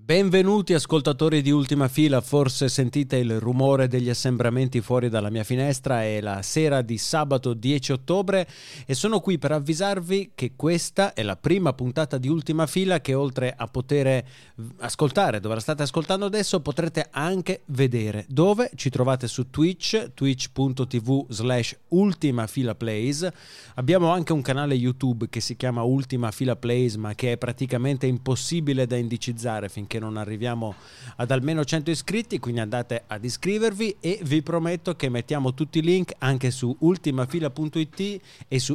Benvenuti ascoltatori di Ultima Fila, forse sentite il rumore degli assembramenti fuori dalla mia finestra, è la sera di sabato 10 ottobre e sono qui per avvisarvi che questa è la prima puntata di Ultima Fila che oltre a poter ascoltare dove la state ascoltando adesso potrete anche vedere. Dove? Ci trovate su Twitch, twitch.tv/ultimafilaplays. Abbiamo anche un canale YouTube che si chiama Ultima Fila Plays, ma che è praticamente impossibile da indicizzare finché non arriviamo ad almeno 100 iscritti, quindi andate ad iscrivervi e vi prometto che mettiamo tutti i link anche su ultimafila.it e su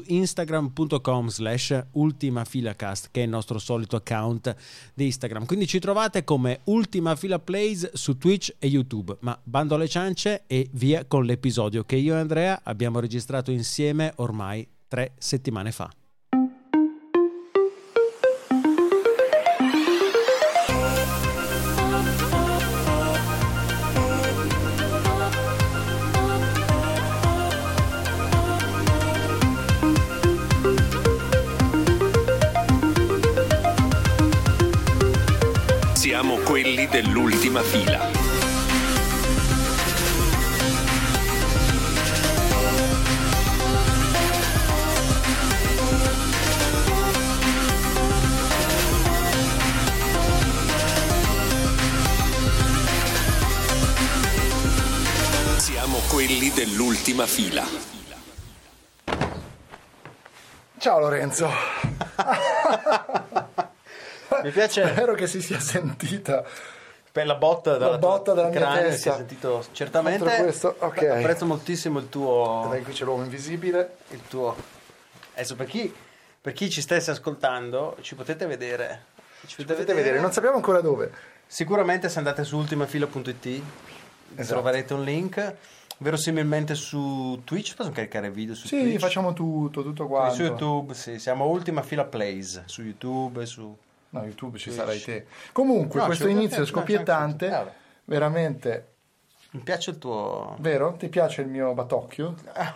instagram.com/ultimafilacast, che è il nostro solito account di Instagram. Quindi ci trovate come Ultima Fila Plays su Twitch e YouTube. Ma bando alle ciance e via con l'episodio che io e Andrea abbiamo registrato insieme ormai 3 settimane fa. Siamo quelli dell'ultima fila. Siamo quelli dell'ultima fila. Ciao Lorenzo. Mi piace. Spero che si sia sentita Per la botta della mia cranio, testa. si è sentito certamente. Contro questo, ok. Apprezzo moltissimo il tuo. Dai, qui c'è l'uomo invisibile. Il tuo. Adesso per chi ci stesse ascoltando, ci potete vedere. Potete vedere, non sappiamo ancora dove. Sicuramente se andate su ultimafila.it troverete un link. Verosimilmente su Twitch possiamo caricare video su Sì, Twitch. facciamo tutto quanto. Su YouTube, sì, siamo Ultima Fila Plays su YouTube e su. No, YouTube ci Twitch. sarai te. Comunque, No, questo ci vuole inizio te, no, scoppiettante, c'è anche tu. veramente, Mi piace il tuo. vero? Ti piace il mio batocchio?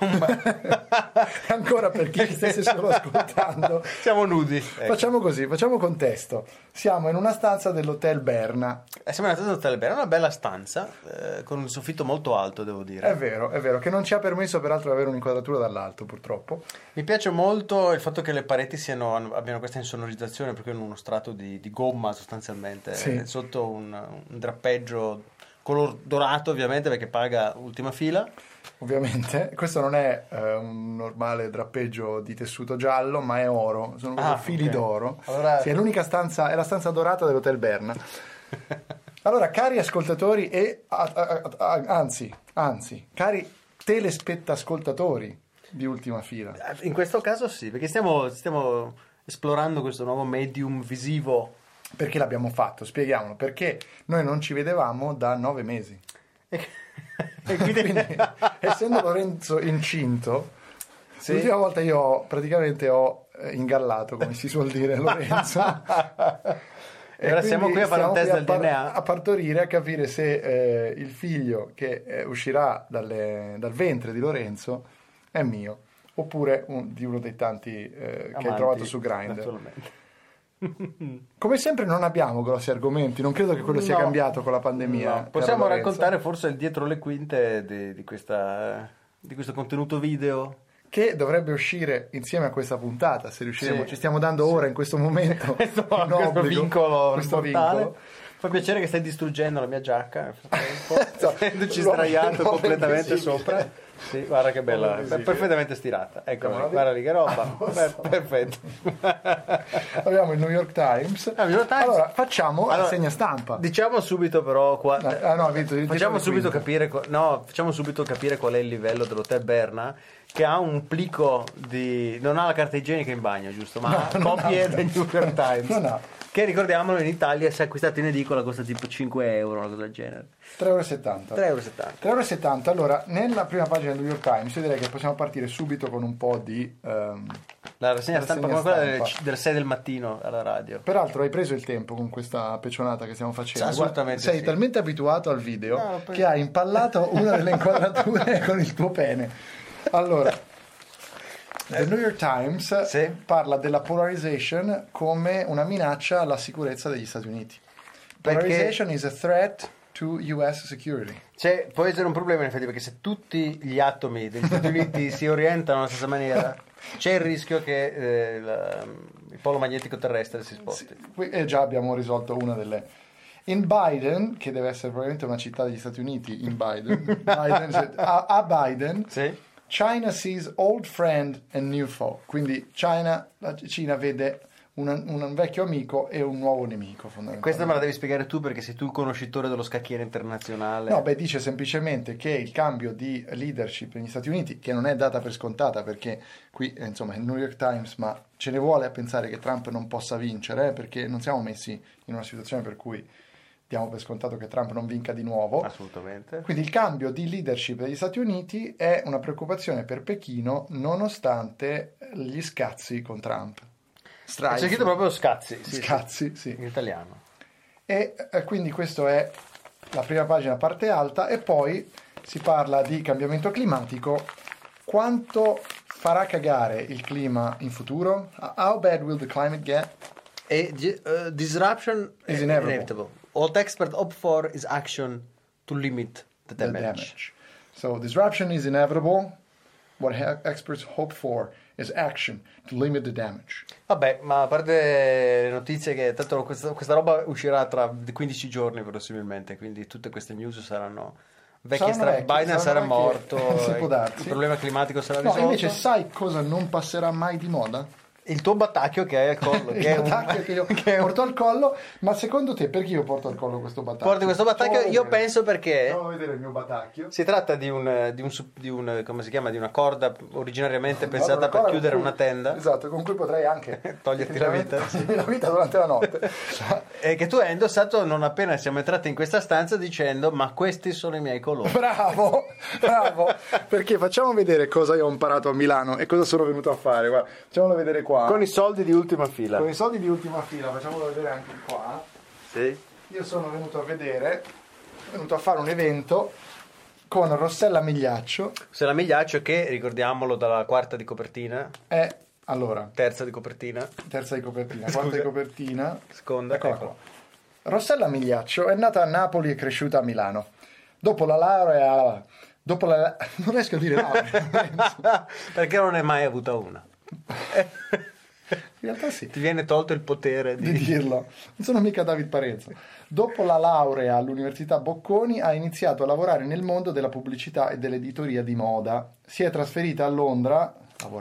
Ancora per chi stesse solo ascoltando. Siamo nudi. Ecco. Facciamo così, facciamo contesto. Siamo in una stanza dell'Hotel Berna. Siamo andati all'Hotel Berna, una bella stanza con un soffitto molto alto, devo dire. È vero, che non ci ha permesso peraltro di avere un'inquadratura dall'alto, purtroppo. Mi piace molto il fatto che le pareti abbiano questa insonorizzazione, perché hanno uno strato di gomma sostanzialmente, Sì. sotto un drappeggio color dorato ovviamente perché paga Ultima Fila. Ovviamente, questo non è un normale drappeggio di tessuto giallo, ma è oro, sono proprio fili ok. d'oro. Allora. Sì, è l'unica stanza, è la stanza dorata dell'Hotel Berna. Allora, cari ascoltatori e anzi, cari telespettacoltatori di Ultima Fila. In questo caso sì, perché stiamo esplorando questo nuovo medium visivo. Perché l'abbiamo fatto? Spieghiamolo. Perché noi non ci vedevamo da 9 mesi. E quindi Essendo Lorenzo incinto, Sì. l'ultima volta io praticamente ho ingallato, come si suol dire, Lorenzo. E ora siamo quindi qui a fare un stiamo test qui del DNA. a partorire, a capire se il figlio che uscirà dal ventre di Lorenzo è mio, oppure di uno dei tanti che hai trovato su Grindr. Naturalmente. Come sempre non abbiamo grossi argomenti, non credo che quello sia No. cambiato con la pandemia. No, caro possiamo Lorenzo. raccontare forse il dietro le quinte di questo contenuto video. Che dovrebbe uscire insieme a questa puntata, se riusciremo. Sì. Ci stiamo dando ora, in questo momento, Questo un obbligo, vincolo questo mortale. vincolo. Fa piacere che stai distruggendo la mia giacca nel frattempo, So, essendoci l'uomo- sdraiato l'uomo completamente invisibile. sopra. Sì, guarda che bella, L'uomo è invisibile. perfettamente stirata. Eccola, Guarda. guarda lì che roba. Perfetto. Abbiamo il New York Times. Ah, il New York Times. Allora, facciamo la Allora, segna stampa. Diciamo subito però qua. No, Vito, Facciamo subito quinto. capire qual è il livello dell'Hotel Berna, che ha un plico non ha la carta igienica in bagno, giusto? Ma ha non copie ha. del New York Times. Non ha. Che ricordiamolo in Italia, se acquistato in edicola costa tipo 5 euro, una cosa del genere. 3,70 3,70 euro. 3,70 €. Allora, nella prima pagina del New York Times io direi che possiamo partire subito con un po' di La rassegna stampa come quella stampa. del 6 del mattino alla radio. Peraltro hai preso il tempo con questa pecionata che stiamo facendo. Assolutamente Sei sì. talmente abituato al video No, che hai impallato una delle inquadrature con il tuo pene. Allora, The New York Times Sì. parla della polarization come una minaccia alla sicurezza degli Stati Uniti. Polarization is a threat to US security. Può essere un problema in effetti, perché se tutti gli atomi degli Stati Uniti si orientano alla stessa maniera, c'è il rischio che il polo magnetico terrestre si sposti. E già abbiamo risolto una delle... In Biden, che deve essere probabilmente una città degli Stati Uniti, a Biden, sì? China sees old friend and new foe. Quindi la Cina vede un vecchio amico e un nuovo nemico, fondamentalmente. Questa me la devi spiegare tu, perché sei tu il conoscitore dello scacchiere internazionale. No, dice semplicemente che il cambio di leadership negli Stati Uniti, che non è data per scontata, perché qui insomma è il New York Times, ma ce ne vuole a pensare che Trump non possa vincere, perché non siamo messi in una situazione per cui diamo per scontato che Trump non vinca di nuovo. Assolutamente. Quindi il cambio di leadership degli Stati Uniti è una preoccupazione per Pechino, nonostante gli scazzi con Trump. C'è scritto proprio scazzi. Scazzi, sì. In italiano. E quindi questo è la prima pagina, parte alta, e poi si parla di cambiamento climatico. Quanto farà cagare il clima in futuro? How bad will the climate get? Disruption is inevitable. What experts hope for is action to limit the damage. So disruption is inevitable. What experts hope for is action to limit the damage. Vabbè, ma a parte le notizie che tanto questa roba uscirà tra 15 giorni verosimilmente, quindi tutte queste news saranno vecchie. Biden sarà morto, il problema climatico sarà risolto. Invece sai cosa non passerà mai di moda? Il tuo battacchio che hai al collo. che porto al collo. Ma secondo te perché io porto al collo questo battacchio? Porti questo battacchio, io penso perché Facciamo vedere il mio battacchio. Si tratta di un come si chiama, di una corda originariamente pensata per chiudere una tenda. Esatto, con cui potrei anche toglierti la vita durante la notte. E che tu hai indossato non appena siamo entrati in questa stanza, dicendo: ma questi sono i miei colori. Bravo, perché facciamo vedere cosa io ho imparato a Milano e cosa sono venuto a fare. Guarda, facciamolo vedere qua. Con i soldi di ultima fila. Con i soldi di ultima fila, facciamolo vedere anche qua. Sì. Io sono venuto a fare un evento con Rossella Migliaccio. Rossella Migliaccio, che ricordiamolo dalla quarta di copertina. Terza di copertina, quarta di copertina, seconda. Eccola qua. Rossella Migliaccio è nata a Napoli e cresciuta a Milano. Dopo la laurea, non riesco a dire laurea. Perché non ne hai mai avuta una? In realtà sì. Ti viene tolto il potere di dirlo. Non sono mica David Parenzo. Dopo la laurea all'Università Bocconi ha iniziato a lavorare nel mondo della pubblicità e dell'editoria di moda. Si è trasferita a Londra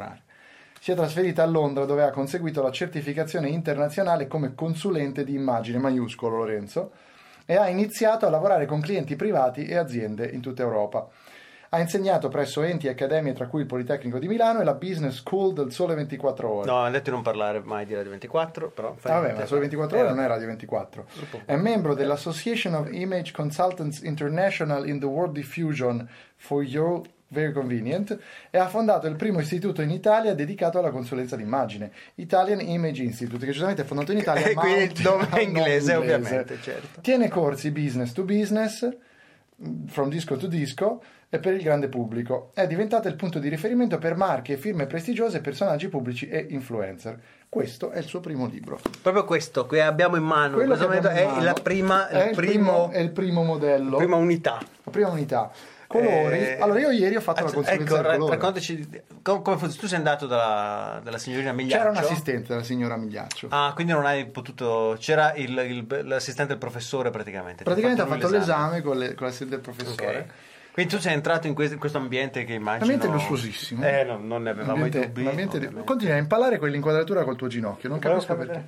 dove ha conseguito la certificazione internazionale come consulente di immagine, maiuscolo Lorenzo, e ha iniziato a lavorare con clienti privati e aziende in tutta Europa. Ha insegnato presso enti e accademie, tra cui il Politecnico di Milano e la Business School del Sole 24 Ore. No, hanno detto di non parlare mai di Radio 24, però... Vabbè, ma Sole 24 Ore non è Radio 24. È membro dell'Association of Image Consultants International in the World Diffusion for Your Very Convenient, e ha fondato il primo istituto in Italia dedicato alla consulenza d'immagine, Italian Image Institute, che giustamente è fondato in Italia, ma quindi il nome è inglese, ovviamente, certo. Tiene corsi business to business, from disco to disco, e per il grande pubblico. È diventata il punto di riferimento per marche e firme prestigiose, personaggi pubblici e influencer. Questo è il suo primo libro. Proprio questo che abbiamo in mano. È il primo modello. Prima unità. La prima unità. Colori. Allora, io ieri ho fatto la consulenza del colore. Raccontaci come tu sei andato dalla signorina Migliaccio. C'era un assistente della signora Migliaccio. Ah, quindi non hai potuto. C'era l'assistente del professore praticamente. Praticamente ha fatto l'esame con l'assistente del professore. Okay. Quindi tu sei entrato in questo ambiente che immagino. Ambiente lussuosissimo. Non ne avevamo i dubbi. Continui a impallare quell'inquadratura col tuo ginocchio. Non capisco perché.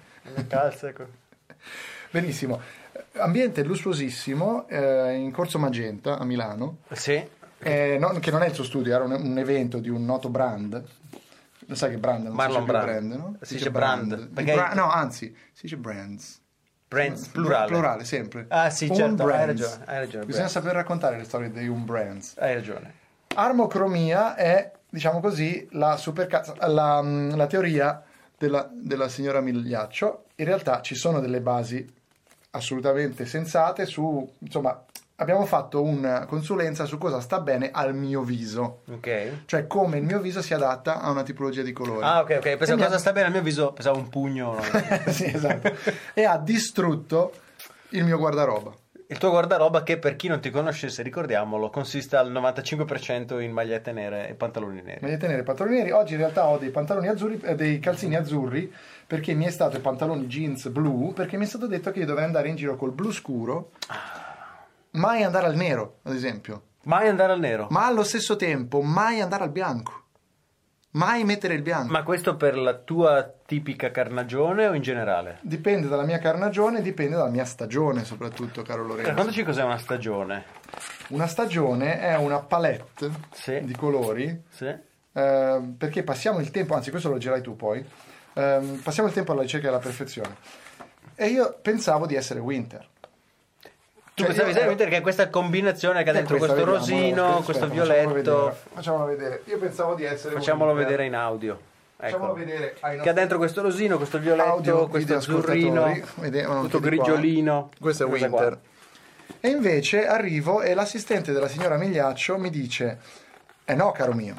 Benissimo. Ambiente lussuosissimo, in Corso Magenta a Milano. Sì. Che non è il suo studio, era un evento di un noto brand. Lo sai che brand non Marlon si dice Brand. brand, no? Si dice brand. No, anzi, si dice brands. Brands, plurale sempre. Ah sì, certo, hai ragione. Bisogna saper raccontare le storie dei brands. Hai ragione. Armocromia è, diciamo così, la teoria della signora Migliaccio. In realtà ci sono delle basi assolutamente sensate insomma, abbiamo fatto una consulenza su cosa sta bene al mio viso. Ok. Cioè come il mio viso si adatta a una tipologia di colore. Ah, ok. Pensavo cosa sta bene al mio viso, pensavo un pugno. Sì, esatto. E ha distrutto il mio guardaroba. Il tuo guardaroba che, per chi non ti conoscesse, ricordiamolo, consiste al 95% in magliette nere e pantaloni neri. Magliette nere e pantaloni neri. Oggi in realtà ho dei pantaloni azzurri, dei calzini azzurri, perché mi è stato, i pantaloni jeans blu, perché mi è stato detto che io dovevo andare in giro col blu scuro, mai andare al nero, ad esempio. Mai andare al nero? Ma allo stesso tempo mai andare al bianco. Mai mettere il bianco. Ma questo per la tua tipica carnagione o in generale? Dipende dalla mia carnagione, dipende dalla mia stagione, soprattutto, caro Lorenzo. Raccontaci cos'è una stagione. Una stagione è una palette di colori, perché passiamo il tempo, anzi questo lo leggerai tu poi, passiamo il tempo alla ricerca della perfezione. E io pensavo di essere winter. Tu pensavi di essere winter, che è questa combinazione che ha dentro questo rosino, questo violetto. Facciamolo vedere. Io pensavo di essere Facciamolo winter. vedere in audio. Facciamolo vedere ai che ha dentro questo rosino, questo violetto, questo azzurrino, questo grigiolino. Questo è winter. E invece arrivo e l'assistente della signora Migliaccio mi dice: no, caro mio,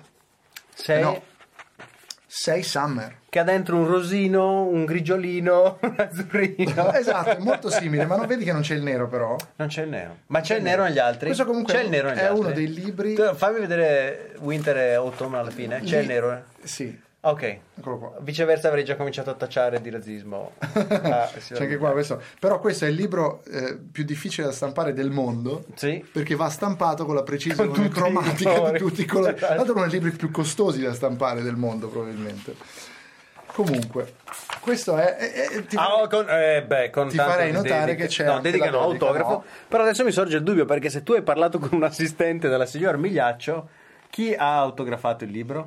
sei summer. Che ha dentro un rosino, un grigiolino, un azzurrino. Esatto, è molto simile, ma non vedi che non c'è il nero, però? Non c'è il nero. Ma c'è il nero negli altri? Questo comunque c'è il nero negli è altri. Uno dei libri. Fammi vedere Winter e Autumn alla fine. C'è il nero? Sì. Ok. Eccolo qua. Viceversa avrei già cominciato a tacciare di razzismo. C'è anche qua questo. Però questo è il libro più difficile da stampare del mondo. Sì. Perché va stampato con la precisione cromatica di tutti i colori. Tra l'altro è uno dei libri più costosi da stampare del mondo, probabilmente. Comunque, questo ti farei notare che c'è. No, dedicano autografo. No. Però adesso mi sorge il dubbio, perché se tu hai parlato con un assistente della signora Migliaccio, chi ha autografato il libro?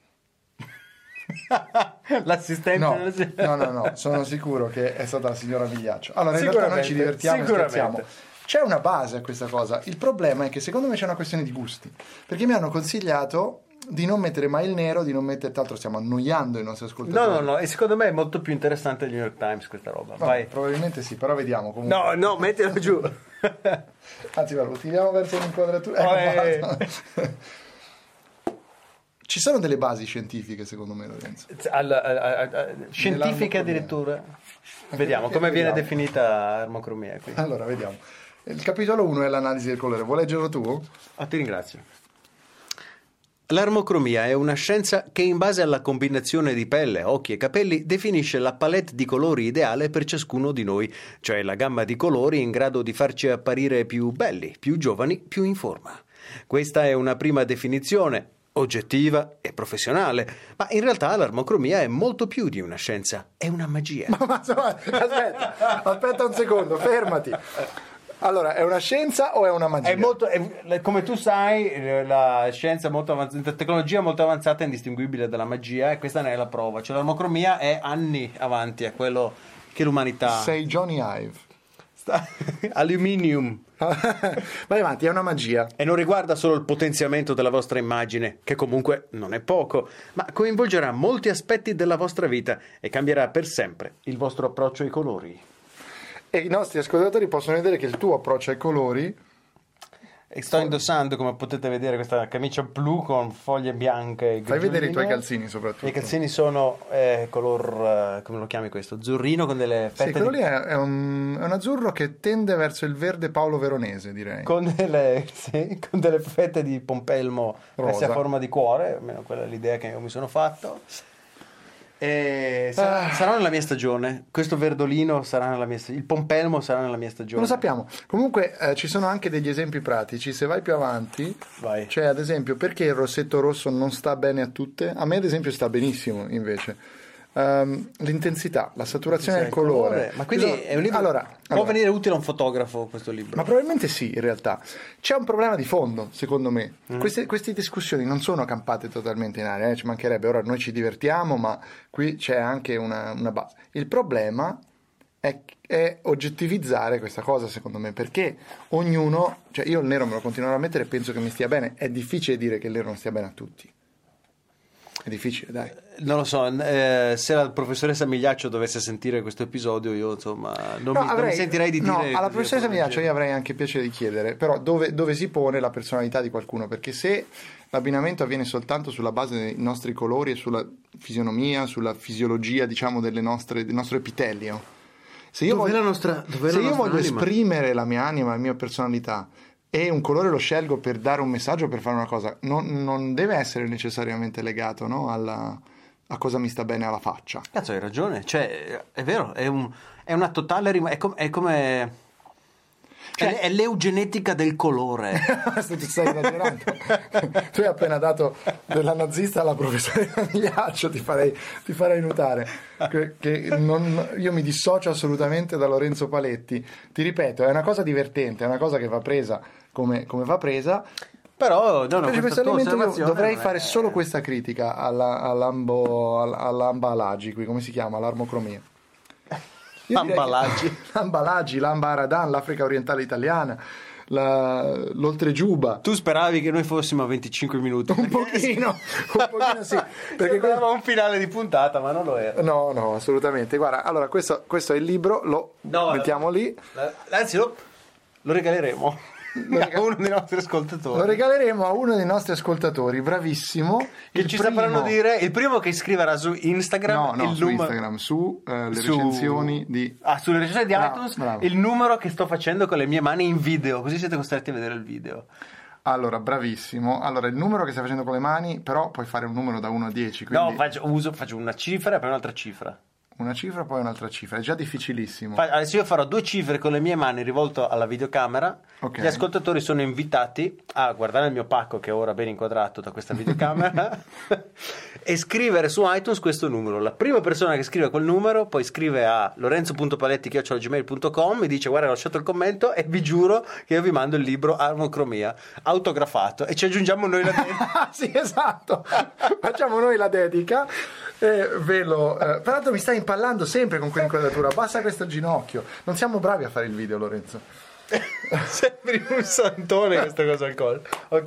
L'assistente? No, sono sicuro che è stata la signora Migliaccio. Allora, in realtà noi ci divertiamo e scherziamo. C'è una base a questa cosa. Il problema è che secondo me c'è una questione di gusti, perché mi hanno consigliato di non mettere mai il nero, di non mettere, tra l'altro stiamo annoiando i nostri ascoltatori. No, e secondo me è molto più interessante il New York Times questa roba. Vai. Probabilmente sì, però vediamo comunque. No, mettilo giù. Anzi, guarda, lo tiriamo verso l'inquadratura. Ci sono delle basi scientifiche, secondo me, Lorenzo. Scientifiche addirittura? Vediamo come viene definita armocromia qui. Allora, vediamo. Il capitolo 1 è l'analisi del colore. Vuoi leggerlo tu? Ti ringrazio. L'armocromia è una scienza che, in base alla combinazione di pelle, occhi e capelli, definisce la palette di colori ideale per ciascuno di noi, cioè la gamma di colori in grado di farci apparire più belli, più giovani, più in forma. Questa è una prima definizione, oggettiva e professionale, ma in realtà l'armocromia è molto più di una scienza, è una magia. Ma aspetta un secondo, fermati. Allora, è una scienza o è una magia? Come tu sai, la scienza molto avanzata, la tecnologia molto avanzata è indistinguibile dalla magia, e questa ne è la prova. Cioè l'armocromia è anni avanti a quello che l'umanità... Sei Johnny Ive. Aluminium. Vai avanti, è una magia. E non riguarda solo il potenziamento della vostra immagine, che comunque non è poco, ma coinvolgerà molti aspetti della vostra vita e cambierà per sempre il vostro approccio ai colori. E i nostri ascoltatori possono vedere che il tuo approccio ai colori... E sto indossando, come potete vedere, questa camicia blu con foglie bianche. Fai vedere i tuoi calzini, soprattutto. I calzini sono color, come lo chiami questo? Azzurrino con delle fette. Sì, quello lì è un azzurro che tende verso il verde Paolo Veronese, direi. Con delle fette di pompelmo messe a forma di cuore, almeno quella è l'idea che io mi sono fatto. Sarà nella mia stagione. Questo verdolino sarà nella mia stagione. Il pompelmo sarà nella mia stagione. Non lo sappiamo. Comunque ci sono anche degli esempi pratici. Se vai più avanti, c'è ad esempio perché il rossetto rosso non sta bene a tutte. A me ad esempio sta benissimo invece. L'intensità, la saturazione del colore. Ma quindi è un libro può venire utile a un fotografo questo libro? Ma probabilmente sì, in realtà. C'è un problema di fondo, secondo me. Queste discussioni non sono campate totalmente in aria, ci mancherebbe. Ora noi ci divertiamo, ma qui c'è anche una base. Il problema è oggettivizzare questa cosa, secondo me, perché ognuno, cioè io il nero me lo continuerò a mettere e penso che mi stia bene. È difficile dire che il nero non stia bene a tutti. È difficile, dai. Non lo so, se la professoressa Migliaccio dovesse sentire questo episodio, io insomma non mi sentirei di dire. No, alla professoressa Migliaccio io avrei anche piacere di chiedere, però dove si pone la personalità di qualcuno? Perché se l'abbinamento avviene soltanto sulla base dei nostri colori e sulla fisionomia, sulla fisiologia, diciamo, del nostro epitelio, Se io Dov'è voglio, la nostra se io voglio anima? esprimere la mia anima, la mia personalità, e un colore lo scelgo per dare un messaggio, per fare una cosa, non deve essere necessariamente legato, no, a cosa mi sta bene alla faccia. Cazzo, hai ragione, cioè, è vero, è una totale è come Cioè- è l'eugenetica del colore. Tu stai esagerando. Tu hai appena dato della nazista alla professoressa Migliaccio, ti farei notare io mi dissocio assolutamente da Lorenzo Paletti. Ti ripeto, è una cosa divertente, è una cosa che va presa come va presa. Però no, Per questo questa tua elemento io osservazione dovrei non è- fare solo questa critica all'ambalaggi qui, come si chiama? L'armocromia. Io direi che- Amballaggi. l'amba aradan, l'Africa orientale italiana, l'oltregiuba. Tu speravi che noi fossimo a 25 minuti. Un pochino sì, perché Sembrava un finale di puntata, ma non lo era. no, assolutamente. Guarda, allora questo è il libro, lo mettiamo lì, Anzi, lo regaleremo a uno dei nostri lo ascoltatori. regaleremo a uno dei nostri ascoltatori, bravissimo. Che ci sapranno dire il primo che scriverà su Instagram No, il su numero. Instagram, le Su- recensioni di... sulle recensioni di Bravo, iTunes, bravo. il numero che sto facendo con le mie mani in video, così siete costretti a vedere il video. Allora, bravissimo. Allora, il numero che stai facendo con le mani, però puoi fare un numero da 1 a 10, quindi No, faccio una cifra e poi un'altra cifra. una cifra, poi un'altra cifra. È già difficilissimo. Adesso io farò 2 cifre con le mie mani rivolto alla videocamera. Ok. Gli ascoltatori sono invitati a guardare il mio pacco, che è ora ben inquadrato da questa videocamera, e scrivere su iTunes questo numero. La prima persona che scrive quel numero poi scrive a lorenzo.paletti@gmail.com, mi dice guarda, ho lasciato il commento e vi giuro che io vi mando il libro Armocromia autografato e ci aggiungiamo noi la dedica. Sì, esatto. Facciamo noi la dedica. Peraltro mi stai impallando sempre con quell'inquadratura. Abbassa questo ginocchio. Non siamo bravi a fare il video, Lorenzo. Sembri un santone questa cosa al collo.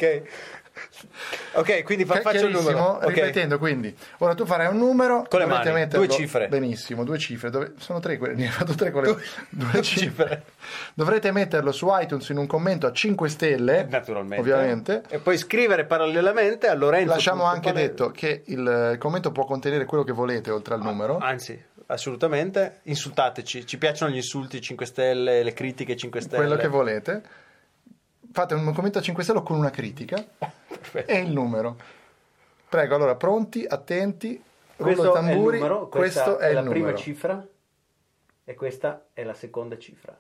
Ok, quindi faccio il numero. Ok. Ripetendo, quindi ora tu farai un numero Con le dovrete mani, metterlo- 2 cifre. Benissimo, 2 cifre. Sono 3 quelle, ne hai fatto 3 con le due cifre. Dovrete metterlo su iTunes in un commento a 5 stelle, Naturalmente. ovviamente. E poi scrivere parallelamente a Lorenzo. Lasciamo anche detto che il commento può contenere quello che volete oltre al numero. Anzi, assolutamente. Insultateci. Ci piacciono gli insulti 5 stelle, le critiche 5 stelle. Quello che volete. Fate un commento a 5 stelle con una critica e il numero. Prego, allora, pronti, attenti, rullo Questo i tamburi. è il numero, Questo è la il prima numero. cifra e questa è la seconda cifra.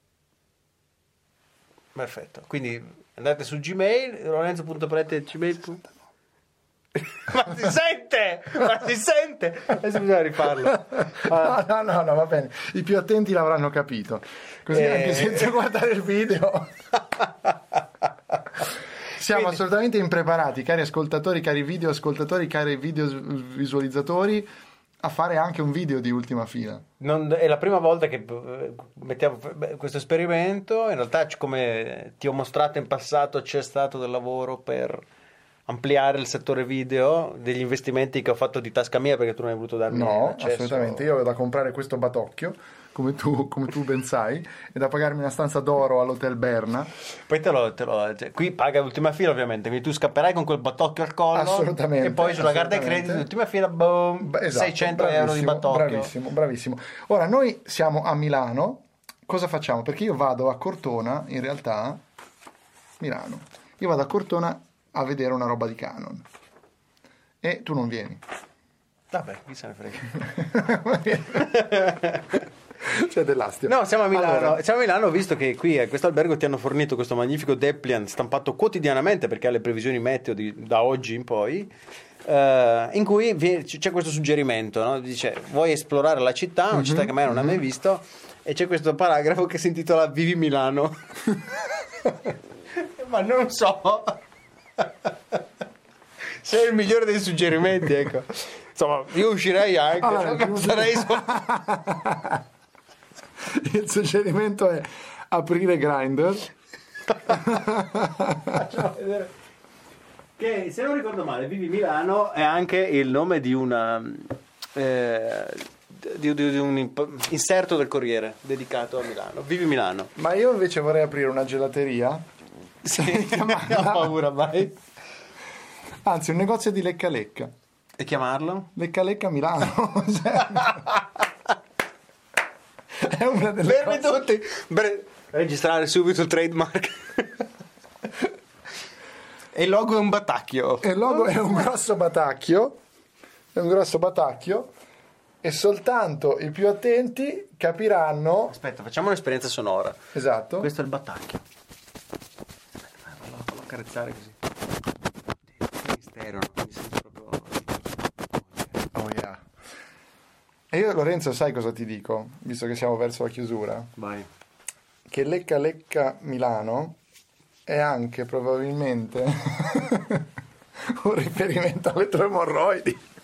Perfetto. Quindi andate su Gmail, lorenzo.paletti@gmail.com. Ma si sente! Ma si sente! Adesso bisogna rifarlo. No, va bene. I più attenti l'avranno capito. Così anche senza guardare il video. Siamo Quindi- assolutamente impreparati, cari ascoltatori, cari video ascoltatori, cari video visualizzatori, a fare anche un video di ultima fila. È la prima volta che mettiamo questo esperimento. In realtà, come ti ho mostrato in passato, c'è stato del lavoro per ampliare il settore video, degli investimenti che ho fatto di tasca mia perché tu non hai voluto darmi No, accesso. assolutamente. Io avevo da comprare questo batocchio, come tu ben sai, e da pagarmi una stanza d'oro all'Hotel Berna. Poi cioè, qui paga l'ultima fila ovviamente, quindi tu scapperai con quel batocchio al collo. Assolutamente, E poi sulla carta di assolutamente. credito, l'ultima fila, boom, Esatto, 600 euro di bravissimo, batocchio. bravissimo. Ora, noi siamo a Milano. Cosa facciamo? Perché io vado a Cortona, in realtà, Milano. Io vado a Cortona a vedere una roba di Canon. E tu non vieni. Vabbè, chi se ne frega. C'è dell'astio. No, siamo a Milano. Allora, Siamo a Milano, visto che qui a questo albergo ti hanno fornito questo magnifico Depliant stampato quotidianamente perché ha le previsioni meteo da oggi in poi. In cui c'è questo suggerimento, no? Dice: vuoi esplorare la città, una città che mai non hai mai visto, e c'è questo paragrafo che si intitola Vivi Milano. Ma non so se è il migliore dei suggerimenti, ecco. Insomma, io uscirei anche, allora, sarei il suggerimento è aprire Grindr. Facciamo vedere. Che se non ricordo male, Vivi Milano è anche il nome di una di un inserto del Corriere dedicato a Milano. Vivi Milano. Ma io invece vorrei aprire una gelateria. Sì, ho paura mai. Anzi, un negozio di lecca lecca. E chiamarlo? Lecca lecca Milano. è una delle Fermi cose. tutti. Registrare subito il trademark. E il logo è un batacchio. E il logo è un grosso batacchio. È un grosso batacchio. E soltanto i più attenti capiranno. Aspetta, facciamo un'esperienza sonora. Esatto. Questo è il battacchio. Fallo accarezzare così. Stereo, mi sento proprio. Oh yeah. E io, Lorenzo, sai cosa ti dico? Visto che siamo verso la chiusura, Vai. che Lecca Lecca Milano è anche probabilmente un riferimento alle tue emorroidi.